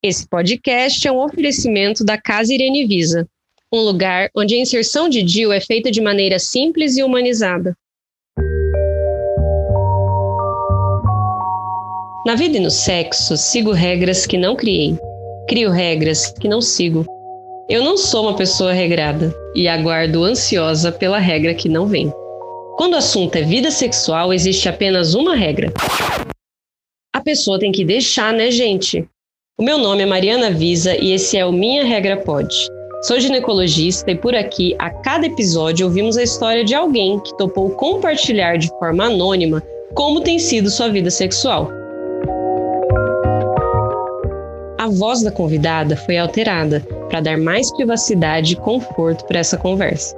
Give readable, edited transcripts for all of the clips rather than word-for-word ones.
Esse podcast é um oferecimento da Casa Irene Visa, um lugar onde a inserção de DIU é feita de maneira simples e humanizada. Na vida e no sexo, sigo regras que não criei. Crio regras que não sigo. Eu não sou uma pessoa regrada e aguardo ansiosa pela regra que não vem. Quando o assunto é vida sexual, existe apenas uma regra. A pessoa tem que deixar, né, gente? O meu nome é Mariana Visa e esse é o Minha Regra Pode. Sou ginecologista e por aqui, a cada episódio, ouvimos a história de alguém que topou compartilhar de forma anônima como tem sido sua vida sexual. A voz da convidada foi alterada para dar mais privacidade e conforto para essa conversa.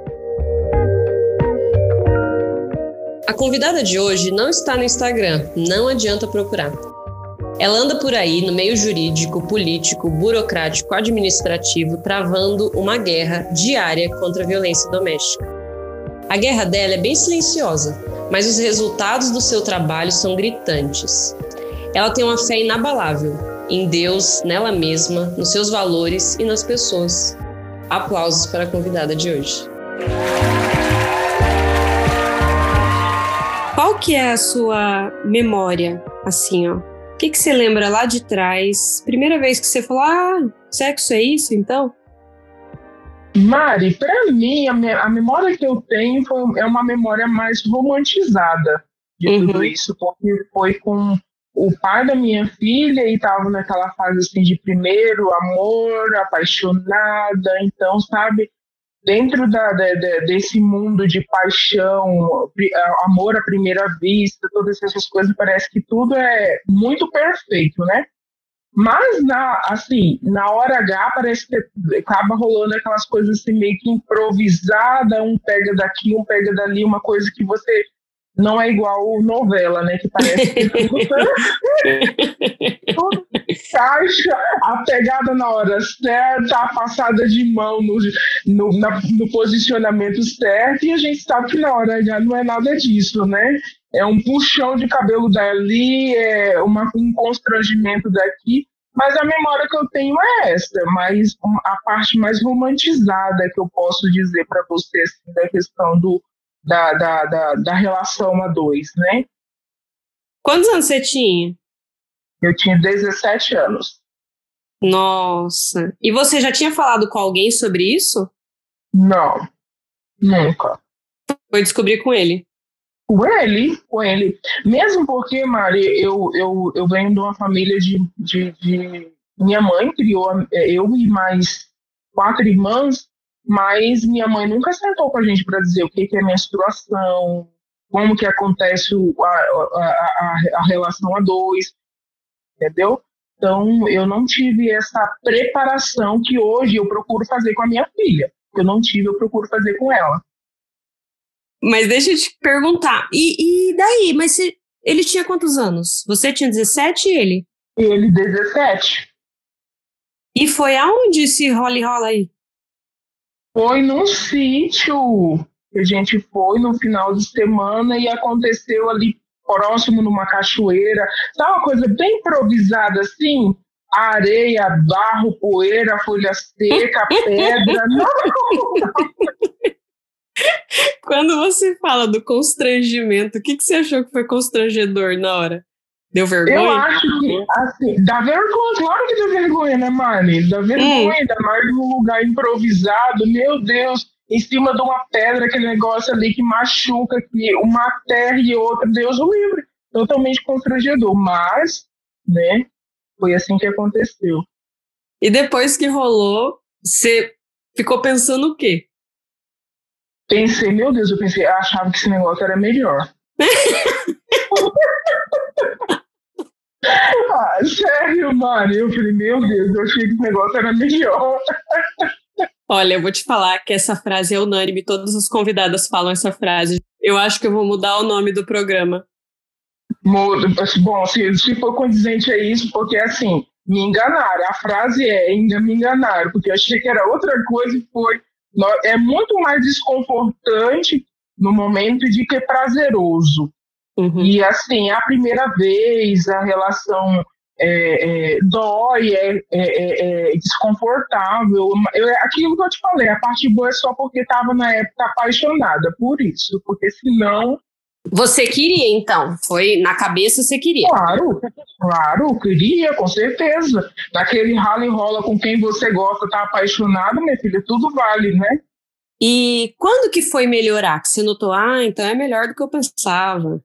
A convidada de hoje não está no Instagram, não adianta procurar. Ela anda por aí no meio jurídico, político, burocrático, administrativo, travando uma guerra diária contra a violência doméstica. A guerra dela é bem silenciosa, mas os resultados do seu trabalho são gritantes. Ela tem uma fé inabalável em Deus, nela mesma, nos seus valores e nas pessoas. Aplausos para a convidada de hoje. Qual que é a sua memória, assim, ó? O que você lembra lá de trás? Primeira vez que você falou, sexo é isso, então? Mari, para mim, a memória que eu tenho é uma memória mais romantizada de tudo isso, porque foi com o pai da minha filha e estava naquela fase assim de primeiro amor, apaixonada, então, sabe, dentro desse mundo de paixão, amor à primeira vista, todas essas coisas, parece que tudo é muito perfeito, né? Mas, na hora H, parece que acaba rolando aquelas coisas assim, meio que improvisada, um pega daqui, um pega dali, uma coisa que você não é igual novela, né? Que parece que tudo encaixa, a pegada na hora certa, a passada de mão no posicionamento certo, e a gente sabe que na hora já não é nada disso, né? É um puxão de cabelo dali, é um constrangimento daqui, mas a memória que eu tenho é essa, mas a parte mais romantizada que eu posso dizer para você, assim, da questão da relação a dois, né? Quantos anos você tinha? Eu tinha 17 anos. Nossa! E você já tinha falado com alguém sobre isso? Não, nunca. Foi descobrir com ele? Com ele. Mesmo porque, Mari, eu venho de uma família de... Minha mãe criou eu e mais 4 irmãs, mas minha mãe nunca sentou com a gente para dizer o que é menstruação, como que acontece a relação a dois, entendeu? Então, eu não tive essa preparação que hoje eu procuro fazer com a minha filha. Que eu não tive, eu procuro fazer com ela. Mas deixa eu te perguntar, e daí? Mas ele tinha quantos anos? Você tinha 17 e ele? Ele 17. E foi aonde esse rola aí? Foi num sítio que a gente foi no final de semana e aconteceu ali próximo numa cachoeira. Sabe uma coisa bem improvisada assim? Areia, barro, poeira, folha seca, pedra. Não! Quando você fala do constrangimento, o que você achou que foi constrangedor na hora? Deu vergonha? Eu acho que, assim, dá vergonha, claro que dá vergonha, né, Marli? Dá vergonha, ainda mais num lugar improvisado, meu Deus, em cima de uma pedra, aquele negócio ali que machuca, que uma terra e outra, Deus o livre. Totalmente constrangedor, mas, né, foi assim que aconteceu. E depois que rolou, você ficou pensando o quê? Pensei, meu Deus, eu achava que esse negócio era melhor. Sério, mano, eu falei, meu Deus, eu achei que esse negócio era melhor. Olha, eu vou te falar que essa frase é unânime, todas as convidadas falam essa frase. Eu acho que eu vou mudar o nome do programa. Bom, se for condizente é isso, porque assim, me enganaram. A frase ainda me enganaram, porque eu achei que era outra coisa e foi. É muito mais desconfortante no momento de que prazeroso. E assim, a primeira vez, a relação dói, é desconfortável. Aquilo que eu te falei, a parte boa é só porque estava na época apaixonada por isso, porque senão... Você queria, então? Foi na cabeça, você queria? Claro, queria, com certeza. Naquele rala e rola com quem você gosta, tá apaixonado, minha filha, tudo vale, né? E quando que foi melhorar? Que você notou, então é melhor do que eu pensava.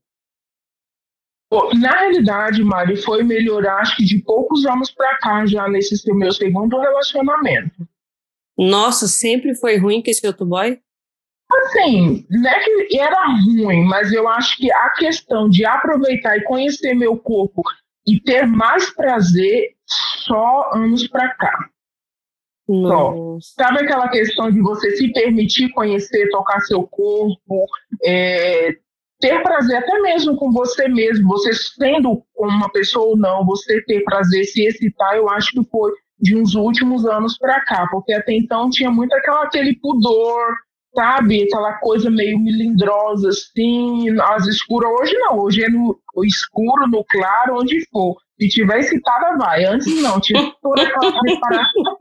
Na realidade, Mari, foi melhorar, acho que de poucos anos pra cá, já nesse meu segundo relacionamento. Nossa, sempre foi ruim com esse outro boy? Assim, não é que era ruim, mas eu acho que a questão de aproveitar e conhecer meu corpo e ter mais prazer só anos pra cá. Só. Sabe aquela questão de você se permitir conhecer, tocar seu corpo, ter prazer até mesmo com você mesmo, você sendo uma pessoa ou não, você ter prazer, se excitar, eu acho que foi de uns últimos anos para cá, porque até então tinha muito aquele pudor, sabe? Aquela coisa meio melindrosa, assim, às escuras. Hoje não, hoje é no escuro, no claro, onde for. Se tiver excitada, vai. Antes não, tinha toda aquela preparação.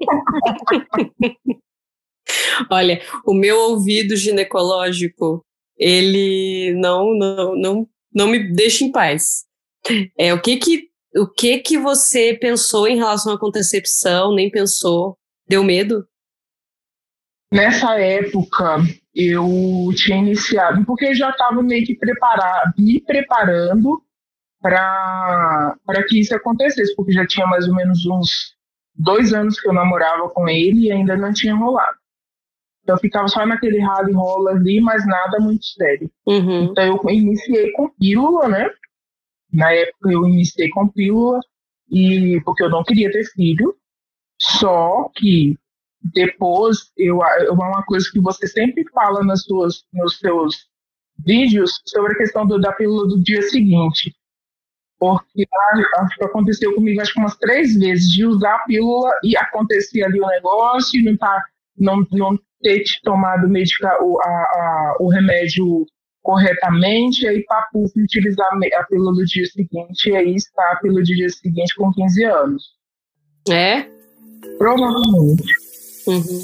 Olha, o meu ouvido ginecológico, ele não me deixa em paz. O que você pensou em relação à contracepção? Nem pensou? Deu medo? Nessa época, eu tinha iniciado, porque eu já estava meio que me preparando para que isso acontecesse, porque já tinha mais ou menos uns 2 anos que eu namorava com ele e ainda não tinha rolado. Então eu ficava só naquele ralo e rola ali, mas nada muito sério. Uhum. Então eu iniciei com pílula, né? Na época eu iniciei com pílula, porque eu não queria ter filho, só que depois, é uma coisa que você sempre fala nos seus vídeos sobre a questão da pílula do dia seguinte. Porque acho que aconteceu comigo umas 3 vezes de usar a pílula e acontecia ali o negócio e não ter tomado o remédio corretamente, e aí papo, utilizar a pílula do dia seguinte, e aí está a pílula do dia seguinte com 15 anos. É? Provavelmente. Uhum.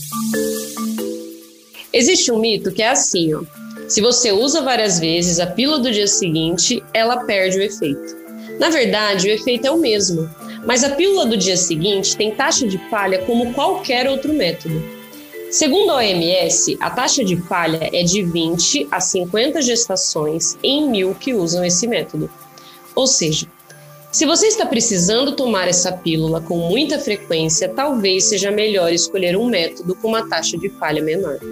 Existe um mito que é assim, ó. Se você usa várias vezes a pílula do dia seguinte, ela perde o efeito. Na verdade, o efeito é o mesmo, mas a pílula do dia seguinte tem taxa de falha como qualquer outro método. Segundo a OMS, a taxa de falha é de 20 a 50 gestações em 1000 que usam esse método. Ou seja, se você está precisando tomar essa pílula com muita frequência, talvez seja melhor escolher um método com uma taxa de falha menor.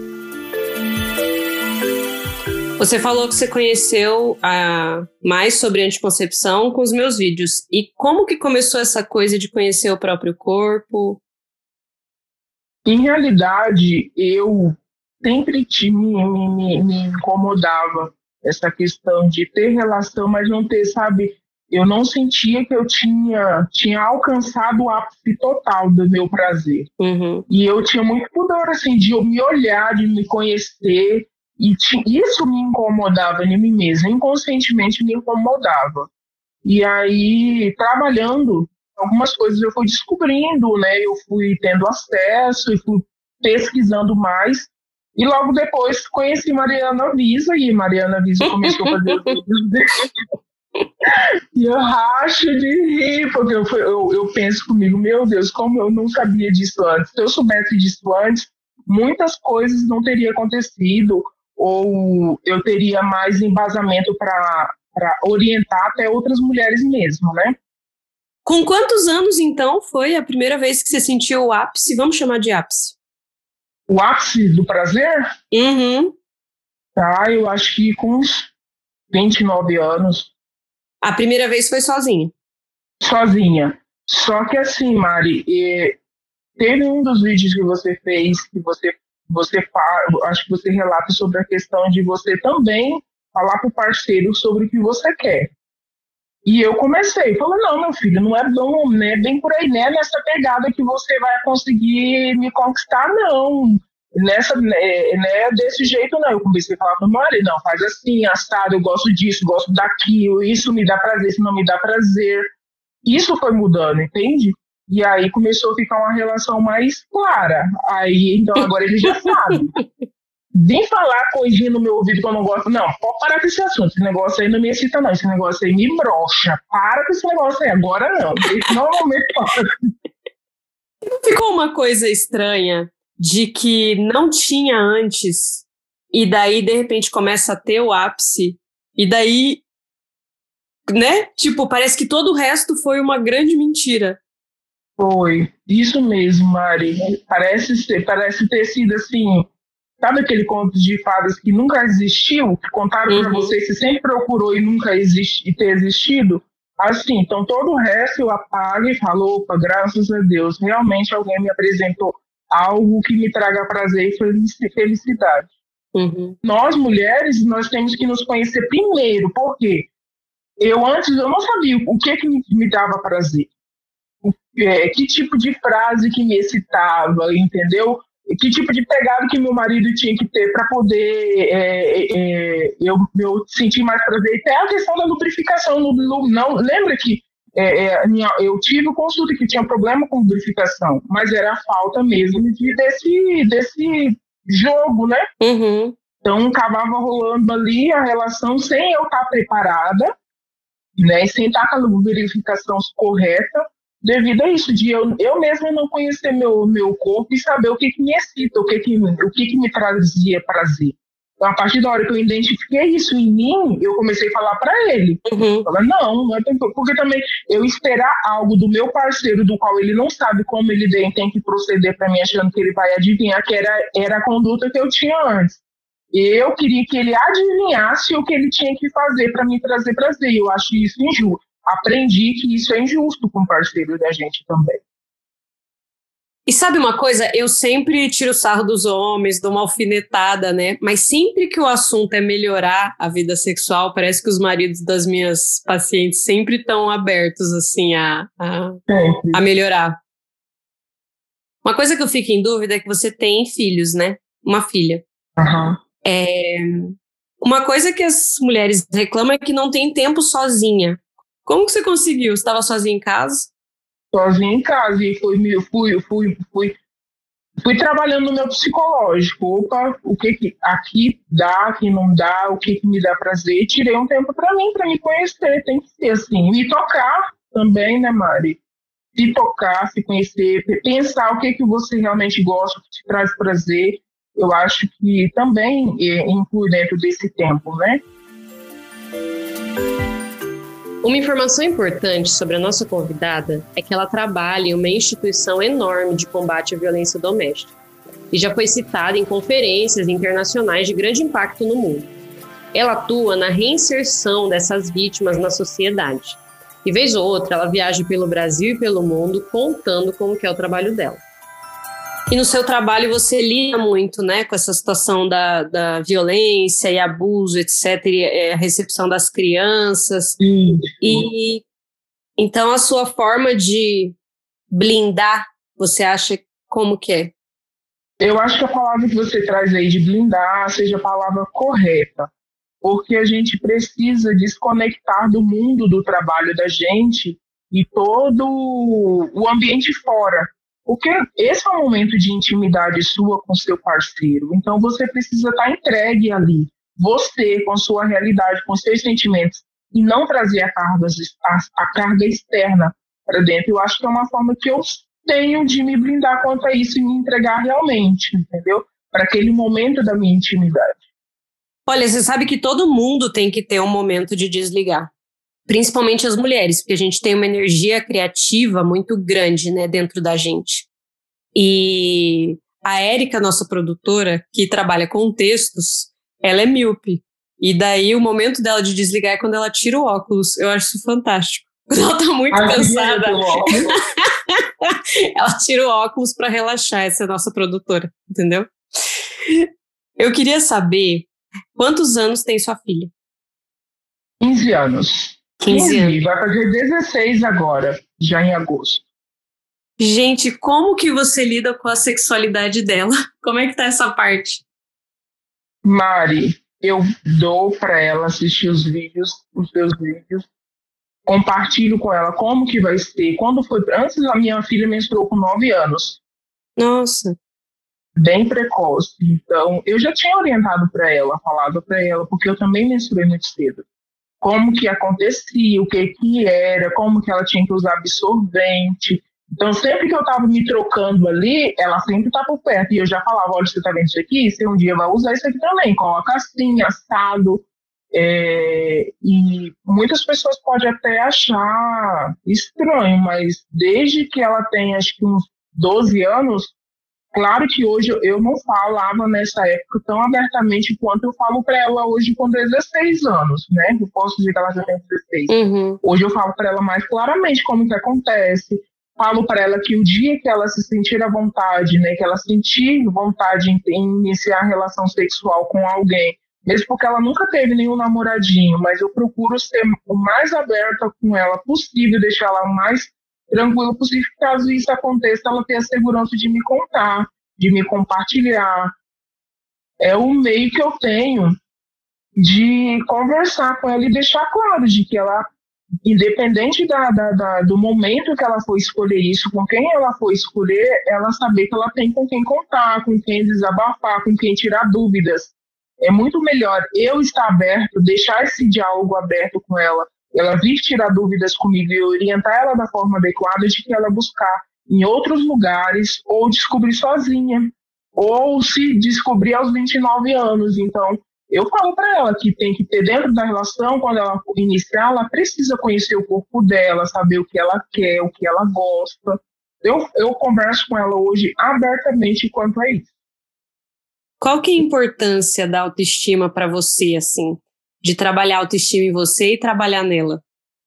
Você falou que você conheceu mais sobre anticoncepção com os meus vídeos. E como que começou essa coisa de conhecer o próprio corpo? Em realidade, eu sempre me incomodava essa questão de ter relação, mas não ter, sabe? Eu não sentia que eu tinha alcançado o ápice total do meu prazer. Uhum. E eu tinha muito pudor, assim, de eu me olhar, de me conhecer. E isso me incomodava em mim mesma, inconscientemente me incomodava. E aí, trabalhando, algumas coisas eu fui descobrindo, né? Eu fui tendo acesso e fui pesquisando mais. E logo depois conheci Mariana Visa, e Mariana Visa começou a fazer os vídeos dele. E eu racho de rir, porque eu penso comigo, meu Deus, como eu não sabia disso antes. Se eu soubesse disso antes, muitas coisas não teriam acontecido, ou eu teria mais embasamento para orientar até outras mulheres mesmo, né? Com quantos anos, então, foi a primeira vez que você sentiu o ápice? Vamos chamar de ápice. O ápice do prazer? Uhum. Tá, eu acho que com uns 29 anos. A primeira vez foi sozinha? Sozinha. Só que assim, Mari, teve um dos vídeos que você fez, que acho que você relata sobre a questão de você também falar para o parceiro sobre o que você quer. E eu comecei, falei, não, meu filho, não é bom, né? Bem por aí, né? Nessa pegada que você vai conseguir me conquistar, não. Desse jeito, não. Eu comecei a falar para o meu marido, não, faz assim, assado, eu gosto disso, gosto daquilo, isso me dá prazer, isso não me dá prazer. Isso foi mudando, entende? E aí começou a ficar uma relação mais clara. Aí, então agora ele já sabe. Vem falar coisinha no meu ouvido que eu não gosto. Não, pode parar com esse assunto. Esse negócio aí não me excita, não. Esse negócio aí me broxa. Para com esse negócio aí. Agora não. Esse não é o momento. Ficou uma coisa estranha de que não tinha antes, e daí, de repente, começa a ter o ápice, e daí, né? Tipo, parece que todo o resto foi uma grande mentira. Foi. Isso mesmo, Mari. Parece ter sido assim. Sabe aquele conto de fadas que nunca existiu? Que contaram pra você, você sempre procurou e nunca existe, e ter existido? Assim, então todo o resto eu apago e falo, opa, graças a Deus, realmente alguém me apresentou algo que me traga prazer e felicidade. Nós, mulheres, nós temos que nos conhecer primeiro, porque antes eu não sabia o que me dava prazer. Que tipo de frase que me excitava, entendeu? Que tipo de pegada que meu marido tinha que ter para poder eu sentir mais prazer. E até a questão da lubrificação. Não, lembra que eu tive consulta que tinha problema com lubrificação, mas era a falta mesmo desse jogo, né? Então, acabava rolando ali a relação sem eu estar preparada, né? Sem estar com a lubrificação correta, devido a isso, de eu mesma não conhecer meu corpo e saber o que me excita, o que me trazia prazer. Então, a partir da hora que eu identifiquei isso em mim, eu comecei a falar para ele. Falar, não é porque também eu esperar algo do meu parceiro, do qual ele não sabe como ele tem que proceder para mim, achando que ele vai adivinhar, que era a conduta que eu tinha antes. Eu queria que ele adivinhasse o que ele tinha que fazer para me trazer prazer. Eu acho isso injusto. Aprendi que isso é injusto com o parceiro da gente também. E sabe uma coisa? Eu sempre tiro sarro dos homens, dou uma alfinetada, né? Mas sempre que o assunto é melhorar a vida sexual, parece que os maridos das minhas pacientes sempre estão abertos, assim, a melhorar. Uma coisa que eu fico em dúvida é que você tem filhos, né? Uma filha. Uma coisa que as mulheres reclamam é que não tem tempo sozinha. Como que você conseguiu? Você estava sozinha em casa? Sozinha em casa, e fui trabalhando no meu psicológico. Opa, o que aqui dá, aqui não dá, o que me dá prazer. Tirei um tempo para mim, para me conhecer, tem que ser assim. Me tocar também, né, Mari? Se tocar, se conhecer, pensar o que você realmente gosta, o que te traz prazer. Eu acho que também inclui dentro desse tempo, né? Uma informação importante sobre a nossa convidada é que ela trabalha em uma instituição enorme de combate à violência doméstica e já foi citada em conferências internacionais de grande impacto no mundo. Ela atua na reinserção dessas vítimas na sociedade. E vez ou outra, ela viaja pelo Brasil e pelo mundo contando como que é o trabalho dela. E no seu trabalho você lida muito, né, com essa situação da violência e abuso, etc., e a recepção das crianças. E então a sua forma de blindar, você acha como que é? Eu acho que a palavra que você traz aí de blindar seja a palavra correta, porque a gente precisa desconectar do mundo do trabalho da gente e todo o ambiente fora. Porque esse é um momento de intimidade sua com seu parceiro. Então, você precisa estar entregue ali. Você, com sua realidade, com seus sentimentos. E não trazer a carga externa para dentro. Eu acho que é uma forma que eu tenho de me blindar quanto a isso e me entregar realmente, entendeu? Para aquele momento da minha intimidade. Olha, você sabe que todo mundo tem que ter um momento de desligar. Principalmente as mulheres, porque a gente tem uma energia criativa muito grande, né, dentro da gente. E a Érica, nossa produtora, que trabalha com textos, ela é míope. E daí o momento dela de desligar é quando ela tira o óculos. Eu acho isso fantástico. Quando ela tá muito cansada, ela tira o óculos para relaxar. Essa é a nossa produtora, entendeu? Eu queria saber quantos anos tem sua filha? 15 anos. 15 anos. Vai fazer 16 agora, já em agosto. Gente, como que você lida com a sexualidade dela? Como é que tá essa parte? Mari, eu dou para ela assistir os seus vídeos, compartilho com ela como que vai ser. Quando foi, antes a minha filha menstruou com 9 anos. Nossa. Bem precoce. Então, eu já tinha orientado para ela, falado para ela, porque eu também menstruei muito cedo. Como que acontecia, o que era, como que ela tinha que usar absorvente. Então, sempre que eu estava me trocando ali, ela sempre estava por perto. E eu já falava, olha, você está vendo isso aqui? Você um dia vai usar isso aqui também. Coloca assim, assado. E muitas pessoas podem até achar estranho, mas desde que ela tem, acho que uns 12 anos, claro que hoje eu não falava nessa época tão abertamente quanto eu falo para ela hoje com 16 anos, né? Eu posso dizer que ela já tem 16. Uhum. Hoje eu falo para ela mais claramente como que acontece. Falo para ela que o dia que ela se sentir à vontade, né, que ela sentir vontade em iniciar relação sexual com alguém, mesmo porque ela nunca teve nenhum namoradinho, mas eu procuro ser o mais aberta com ela possível, deixar ela o mais tranquila possível, caso isso aconteça, ela ter a segurança de me contar, de me compartilhar. É o meio que eu tenho de conversar com ela e deixar claro de que ela, independente do momento que ela for escolher isso, com quem ela for escolher, ela saber que ela tem com quem contar, com quem desabafar, com quem tirar dúvidas. É muito melhor eu estar aberto, deixar esse diálogo aberto com ela, ela vir tirar dúvidas comigo e orientar ela da forma adequada, de que ela buscar em outros lugares ou descobrir sozinha, ou se descobrir aos 29 anos. Então, eu falo para ela que tem que ter dentro da relação, quando ela iniciar, ela precisa conhecer o corpo dela, saber o que ela quer, o que ela gosta. Eu converso com ela hoje abertamente quanto a isso. Qual que é a importância da autoestima para você, assim? De trabalhar a autoestima em você e trabalhar nela?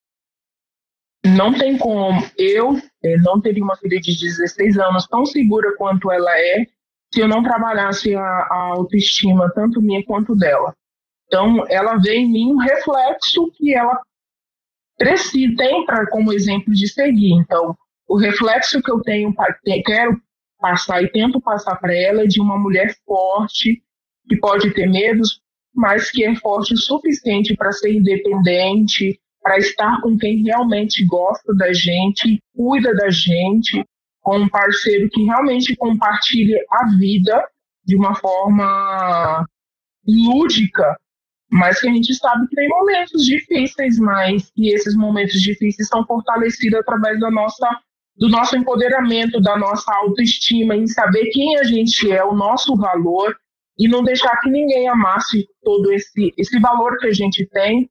Não tem como. Eu não teria uma filha de 16 anos tão segura quanto ela é se eu não trabalhasse a autoestima, tanto minha quanto dela. Então, ela vê em mim um reflexo que ela precisa, tem como exemplo de seguir. Então, o reflexo que eu quero passar e tento passar para ela é de uma mulher forte, que pode ter medos, mas que é forte o suficiente para ser independente, para estar com quem realmente gosta da gente, cuida da gente, com um parceiro que realmente compartilha a vida de uma forma lúdica, mas que a gente sabe que tem momentos difíceis, mas que esses momentos difíceis são fortalecidos através do nosso empoderamento, da nossa autoestima, em saber quem a gente é, o nosso valor, e não deixar que ninguém amasse todo esse valor que a gente tem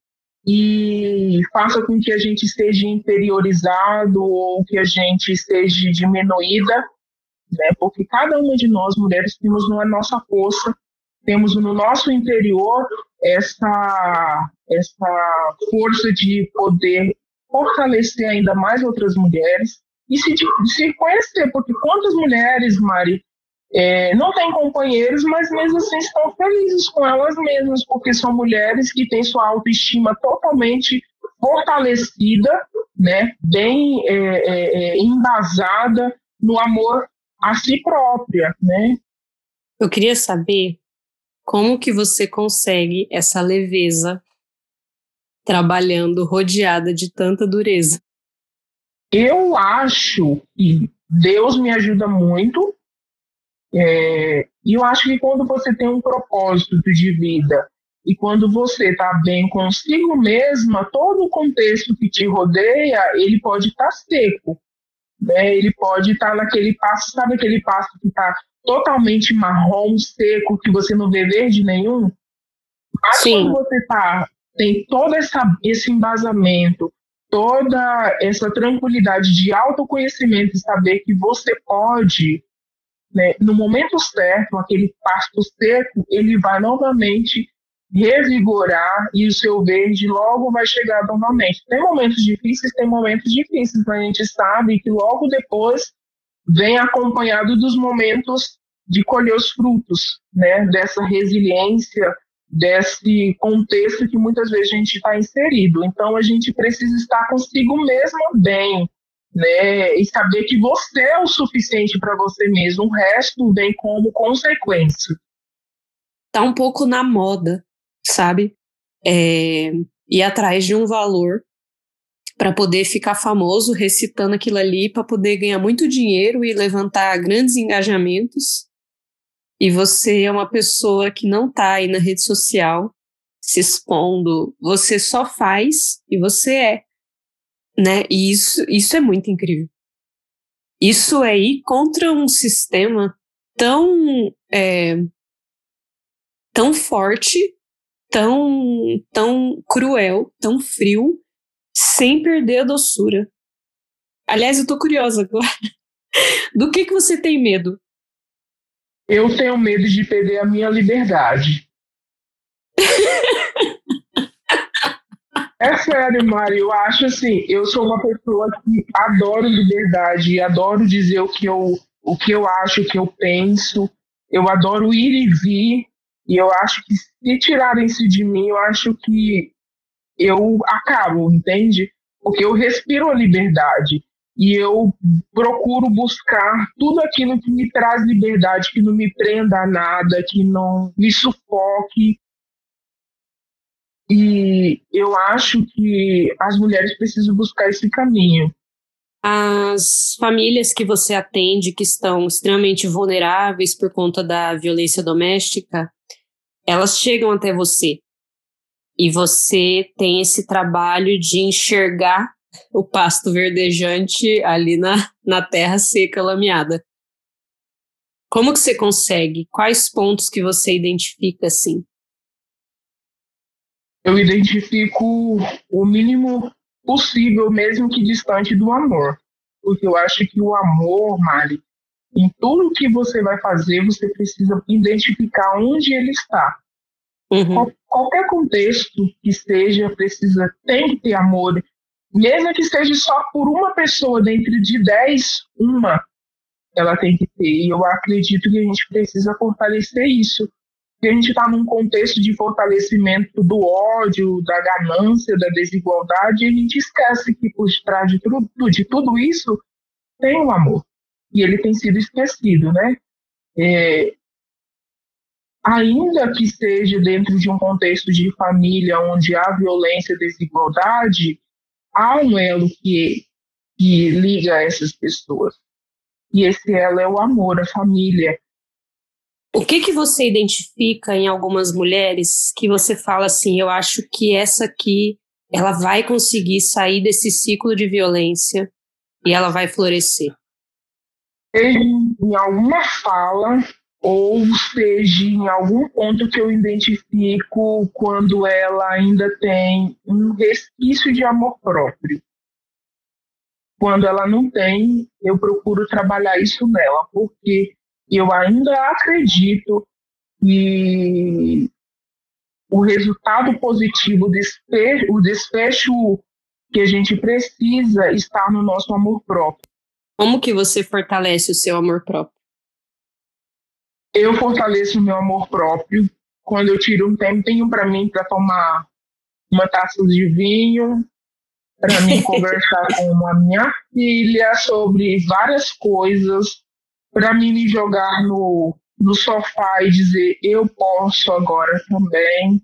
e faça com que a gente esteja interiorizado ou que a gente esteja diminuída, né? Porque cada uma de nós, mulheres, temos na nossa força, temos no nosso interior essa força de poder fortalecer ainda mais outras mulheres e se conhecer, porque quantas mulheres, Mari, não têm companheiros, mas mesmo assim estão felizes com elas mesmas, porque são mulheres que têm sua autoestima totalmente fortalecida, né, bem embasada no amor a si própria, né? Eu queria saber como que você consegue essa leveza trabalhando rodeada de tanta dureza. Eu acho que Deus me ajuda muito, e eu acho que quando você tem um propósito de vida e quando você está bem consigo mesma, todo o contexto que te rodeia, ele pode estar seco, né? Ele pode estar naquele passo, sabe aquele passo que está totalmente marrom, seco, que você não vê verde nenhum? Mas Sim. quando você tem todo esse embasamento, toda essa tranquilidade de autoconhecimento e saber que você pode, né, no momento certo, aquele pasto seco, ele vai novamente revigorar e o seu verde logo vai chegar novamente. Tem momentos difíceis, mas a gente sabe que logo depois vem acompanhado dos momentos de colher os frutos, né, dessa resiliência, desse contexto que muitas vezes a gente está inserido. Então, a gente precisa estar consigo mesmo bem, né, e saber que você é o suficiente para você mesmo, o resto vem como consequência. Tá um pouco na moda, sabe? Ir atrás de um valor para poder ficar famoso recitando aquilo ali, para poder ganhar muito dinheiro e levantar grandes engajamentos. E você é uma pessoa que não está aí na rede social se expondo, você só faz e você é, né? E isso é muito incrível. Isso é ir contra um sistema tão forte, tão cruel, tão frio, sem perder a doçura. Aliás, eu tô curiosa agora. Do que você tem medo? Eu tenho medo de perder a minha liberdade. É sério, Mari, eu acho assim, eu sou uma pessoa que adoro liberdade, adoro dizer o que eu acho, o que eu penso, eu adoro ir e vir, e eu acho que se tirarem isso de mim, eu acho que eu acabo, entende? Porque eu respiro a liberdade e eu procuro buscar tudo aquilo que me traz liberdade, que não me prenda a nada, que não me sufoque. E eu acho que as mulheres precisam buscar esse caminho. As famílias que você atende, que estão extremamente vulneráveis por conta da violência doméstica, elas chegam até você. E você tem esse trabalho de enxergar o pasto verdejante ali na terra seca, lameada. Como que você consegue? Quais pontos que você identifica assim? Eu identifico o mínimo possível, mesmo que distante do amor. Porque eu acho que o amor, Mari, em tudo que você vai fazer, você precisa identificar onde ele está. Uhum. Qualquer contexto que seja, tem que ter amor. Mesmo que seja só por uma pessoa, dentre de 10, uma, ela tem que ter. E eu acredito que a gente precisa fortalecer isso. Porque a gente está num contexto de fortalecimento do ódio, da ganância, da desigualdade, e a gente esquece que por trás de tudo isso tem o amor. E ele tem sido esquecido, né? Ainda que seja dentro de um contexto de família onde há violência e desigualdade, há um elo que liga essas pessoas. E esse elo é o amor, a família. O que você identifica em algumas mulheres que você fala assim, eu acho que essa aqui, ela vai conseguir sair desse ciclo de violência e ela vai florescer? Em alguma fala, ou seja, em algum ponto que eu identifico quando ela ainda tem um resquício de amor próprio. Quando ela não tem, eu procuro trabalhar isso nela, porque eu ainda acredito que o resultado positivo, o desfecho que a gente precisa está no nosso amor próprio. Como que você fortalece o seu amor próprio? Eu fortaleço o meu amor próprio quando eu tiro um tempinho para mim para tomar uma taça de vinho, para mim conversar com a minha filha sobre várias coisas, para mim me jogar no sofá e dizer eu posso agora também.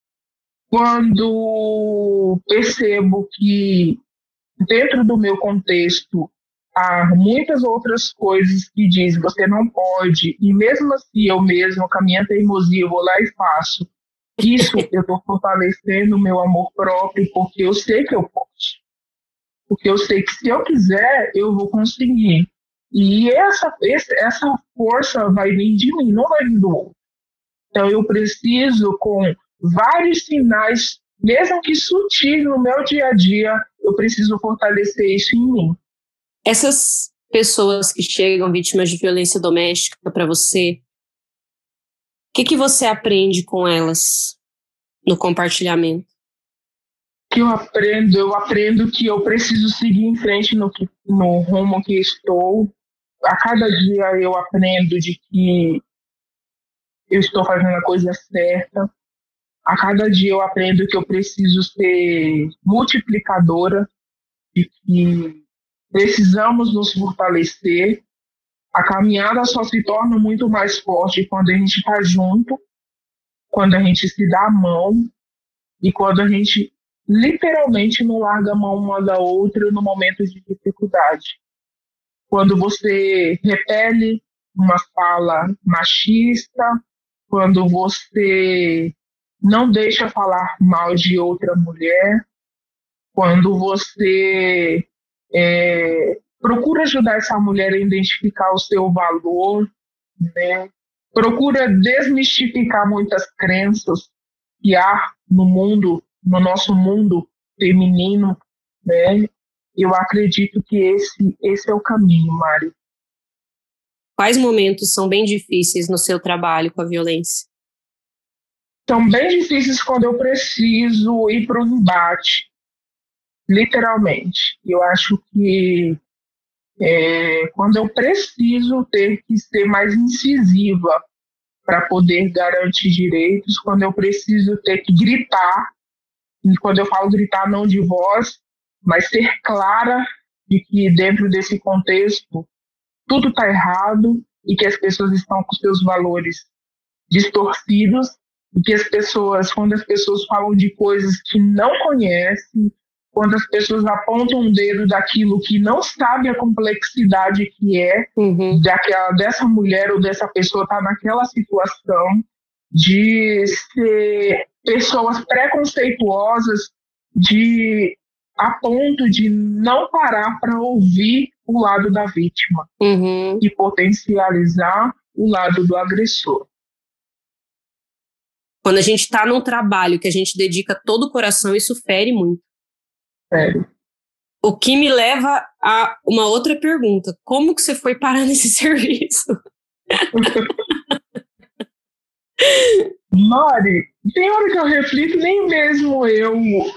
Quando percebo que dentro do meu contexto há muitas outras coisas que dizem você não pode, e mesmo assim eu mesmo, com a minha teimosia, eu vou lá e faço. Isso eu estou fortalecendo o meu amor próprio, porque eu sei que eu posso. Porque eu sei que se eu quiser, eu vou conseguir. E essa força vai vir de mim, não vai vir do outro. Então eu preciso, com vários sinais, mesmo que sutis no meu dia a dia, eu preciso fortalecer isso em mim. Essas pessoas que chegam vítimas de violência doméstica para você, o que você aprende com elas no compartilhamento? Eu aprendo que eu preciso seguir em frente no rumo que estou. A cada dia eu aprendo de que eu estou fazendo a coisa certa. A cada dia eu aprendo que eu preciso ser multiplicadora, de que precisamos nos fortalecer. A caminhada só se torna muito mais forte quando a gente está junto, quando a gente se dá a mão e quando a gente literalmente não larga a mão uma da outra no momento de dificuldade. Quando você repele uma fala machista, quando você não deixa falar mal de outra mulher, quando você procura ajudar essa mulher a identificar o seu valor, né? Procura desmistificar muitas crenças que há no mundo, no nosso mundo feminino, né? Eu acredito que esse é o caminho, Mari. Quais momentos são bem difíceis no seu trabalho com a violência? São bem difíceis quando eu preciso ir para o embate, literalmente. Eu acho que quando eu preciso ter que ser mais incisiva para poder garantir direitos, quando eu preciso ter que gritar, e quando eu falo gritar não de voz, mas ser clara de que dentro desse contexto tudo está errado e que as pessoas estão com seus valores distorcidos e que as pessoas, quando as pessoas falam de coisas que não conhecem, quando as pessoas apontam um dedo daquilo que não sabe a complexidade que é, dessa mulher ou dessa pessoa estar naquela situação, de ser pessoas preconceituosas, a ponto de não parar para ouvir o lado da vítima e potencializar o lado do agressor. Quando a gente está num trabalho que a gente dedica todo o coração, isso fere muito. Sério. O que me leva a uma outra pergunta. Como que você foi parar nesse serviço? Mari, tem hora que eu reflito, nem mesmo eu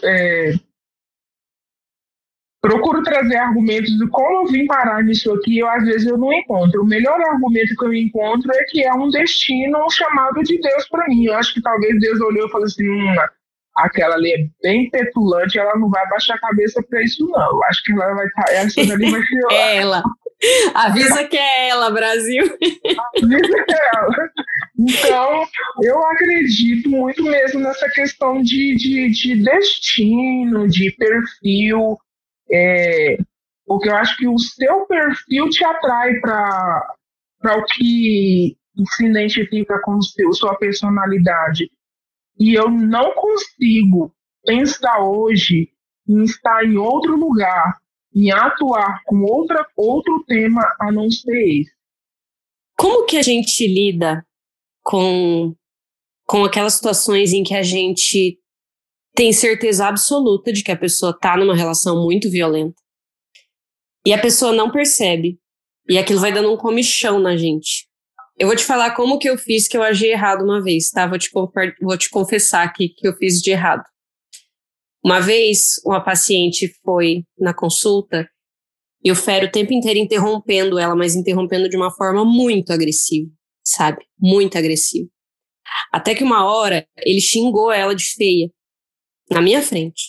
procuro trazer argumentos de como eu vim parar nisso aqui, às vezes eu não encontro. O melhor argumento que eu encontro é que é um destino, um chamado de Deus para mim. Eu acho que talvez Deus olhou e falou assim, aquela ali é bem petulante, ela não vai baixar a cabeça para isso não. Eu acho que ela vai estar, essa dali vai ser ela. Avisa que é ela, Brasil. Avisa que é ela. Então, eu acredito muito mesmo nessa questão de destino, de perfil, porque eu acho que o seu perfil te atrai para o que se identifica com sua personalidade. E eu não consigo pensar hoje em estar em outro lugar, em atuar com outro tema a não ser esse. Como que a gente lida com aquelas situações em que a gente tem certeza absoluta de que a pessoa está numa relação muito violenta e a pessoa não percebe e aquilo vai dando um comichão na gente? Eu vou te falar como que eu fiz, que eu agi errado uma vez, tá? Vou te confessar aqui que eu fiz de errado. Uma vez, uma paciente foi na consulta e o Fero o tempo inteiro interrompendo ela, mas interrompendo de uma forma muito agressiva, sabe? Muito agressiva. Até que uma hora, ele xingou ela de feia, na minha frente.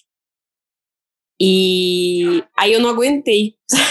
E aí eu não aguentei.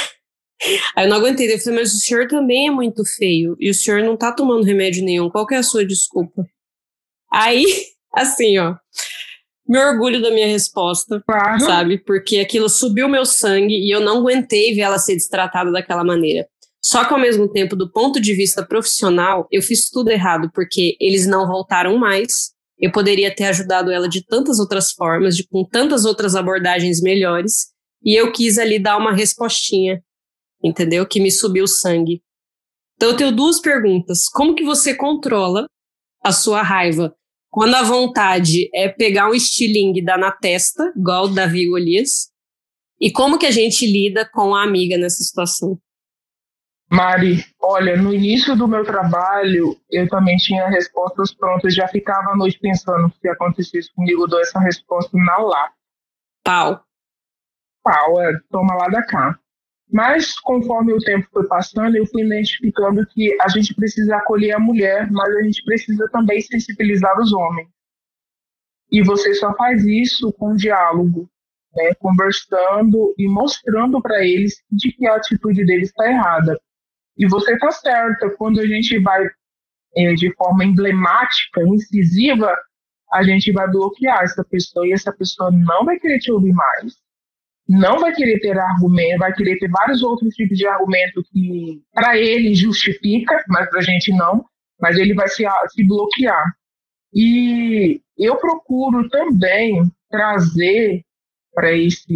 Eu falei, mas o senhor também é muito feio. E o senhor não tá tomando remédio nenhum. Qual que é a sua desculpa? Aí, assim, ó. Me orgulho da minha resposta, sabe? Porque aquilo subiu meu sangue e eu não aguentei ver ela ser destratada daquela maneira. Só que, ao mesmo tempo, do ponto de vista profissional, eu fiz tudo errado, porque eles não voltaram mais. Eu poderia ter ajudado ela de tantas outras formas, com tantas outras abordagens melhores. E eu quis ali dar uma respostinha, entendeu? Que me subiu o sangue. Então eu tenho duas perguntas. Como que você controla a sua raiva quando a vontade é pegar um estilingue e dar na testa, igual o Davi e Golias? E como que a gente lida com a amiga nessa situação? Mari, olha, no início do meu trabalho, eu também tinha respostas prontas, já ficava à noite pensando se acontecesse comigo, eu dou essa resposta na lá. Pau, toma lá da cá. Mas, conforme o tempo foi passando, eu fui identificando que a gente precisa acolher a mulher, mas a gente precisa também sensibilizar os homens. E você só faz isso com diálogo, né, conversando e mostrando para eles de que a atitude deles está errada. E você está certa, quando a gente vai de forma emblemática, incisiva, a gente vai bloquear essa pessoa e essa pessoa não vai querer te ouvir mais, não vai querer ter argumento, vai querer ter vários outros tipos de argumento que para ele justifica, mas para a gente não, mas ele vai se bloquear. E eu procuro também trazer para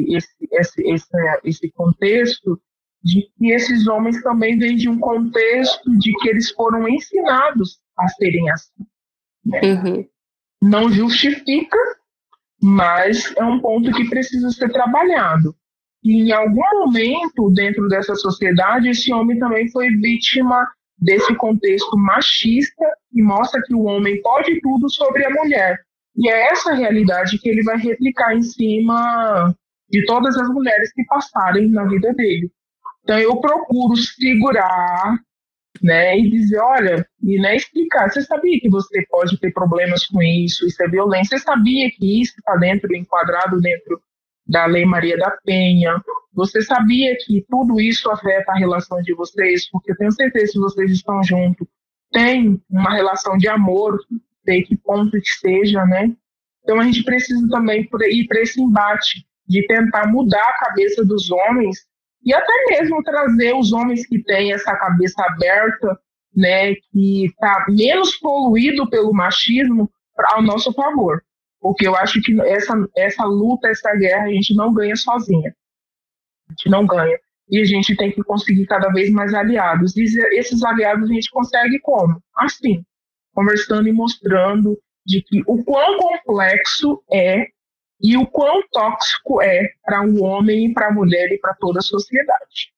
esse contexto de que esses homens também vêm de um contexto de que eles foram ensinados a serem assim. Né? Uhum. Não justifica, mas é um ponto que precisa ser trabalhado. E em algum momento, dentro dessa sociedade, esse homem também foi vítima desse contexto machista que mostra que o homem pode tudo sobre a mulher. E é essa realidade que ele vai replicar em cima de todas as mulheres que passarem na vida dele. Então eu procuro segurar, né, e dizer, olha, e né, explicar, você sabia que você pode ter problemas com isso é violência, você sabia que isso está enquadrado dentro da Lei Maria da Penha, você sabia que tudo isso afeta a relação de vocês, porque eu tenho certeza que se vocês estão juntos, tem uma relação de amor, sei que ponto que seja, né? Então a gente precisa também ir para esse embate de tentar mudar a cabeça dos homens e até mesmo trazer os homens que têm essa cabeça aberta, né, que está menos poluído pelo machismo, ao nosso favor. Porque eu acho que essa luta, essa guerra, a gente não ganha sozinha. A gente não ganha. E a gente tem que conseguir cada vez mais aliados. E esses aliados a gente consegue como? Assim, conversando e mostrando de que o quão complexo é e o quão tóxico é para um homem e para a mulher e para toda a sociedade.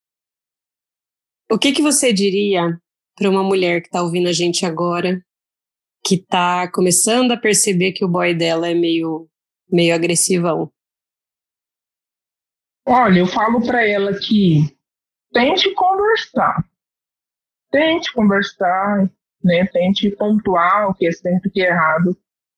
O que você diria para uma mulher que está ouvindo a gente agora, que está começando a perceber que o boy dela é meio agressivão? Olha, eu falo para ela que tente conversar, né? Tente pontuar o que é certo e o que é errado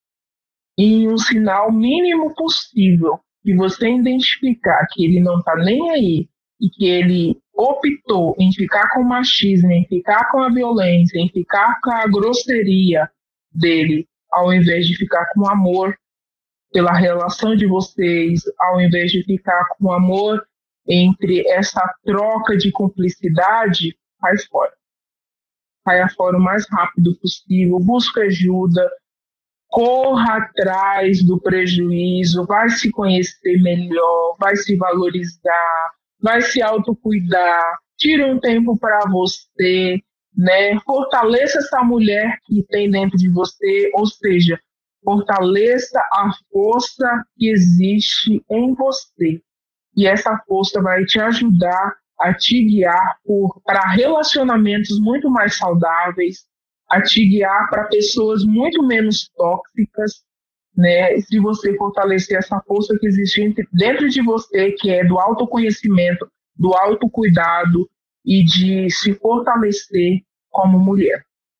em um sinal mínimo possível, que você identificar que ele não está nem aí e que ele optou em ficar com o machismo, em ficar com a violência, em ficar com a grosseria dele, ao invés de ficar com o amor pela relação de vocês, ao invés de ficar com o amor entre essa troca de cumplicidade, sai fora. Saia fora o mais rápido possível, busca ajuda, corra atrás do prejuízo, vai se conhecer melhor, vai se valorizar, vai se autocuidar, tire um tempo para você, né? Fortaleça essa mulher que tem dentro de você, ou seja, fortaleça a força que existe em você. E essa força vai te ajudar a te guiar para relacionamentos muito mais saudáveis, a te guiar para pessoas muito menos tóxicas, né? Se você fortalecer essa força que existe dentro de você, que é do autoconhecimento, do autocuidado e de se fortalecer como mulher.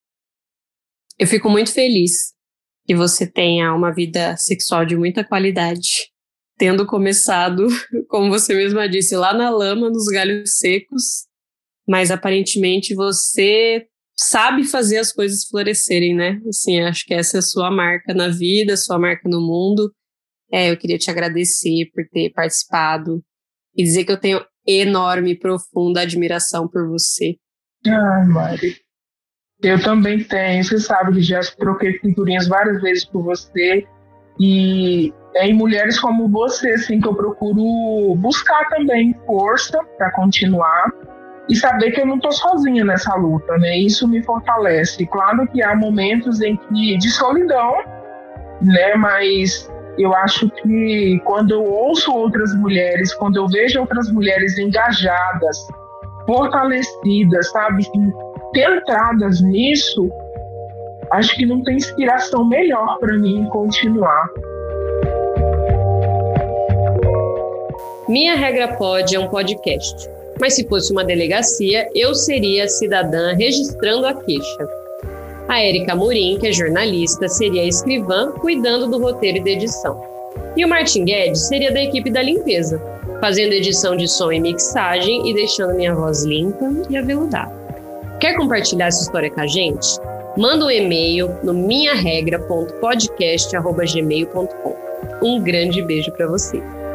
Eu fico muito feliz que você tenha uma vida sexual de muita qualidade, tendo começado, como você mesma disse, lá na lama, nos galhos secos, mas aparentemente você sabe fazer as coisas florescerem, né? Assim, acho que essa é a sua marca na vida, a sua marca no mundo. Eu queria te agradecer por ter participado e dizer que eu tenho enorme e profunda admiração por você. Mari, eu também tenho. Você sabe que já troquei figurinhas várias vezes por você e é em mulheres como você, assim, que eu procuro buscar também força para continuar e saber que eu não estou sozinha nessa luta, né? Isso me fortalece. Claro que há momentos de solidão, né? Mas eu acho que quando eu ouço outras mulheres, quando eu vejo outras mulheres engajadas, fortalecidas, sabe, centradas nisso, acho que não tem inspiração melhor para mim continuar. Minha Regra Pode é um podcast, mas se fosse uma delegacia, eu seria a cidadã registrando a queixa. A Érica Amorim, que é jornalista, seria a escrivã cuidando do roteiro e da edição. E o Martin Guedes seria da equipe da limpeza, fazendo edição de som e mixagem e deixando minha voz limpa e aveludada. Quer compartilhar essa história com a gente? Manda um e-mail no minharegra.podcast@gmail.com. Um grande beijo para você.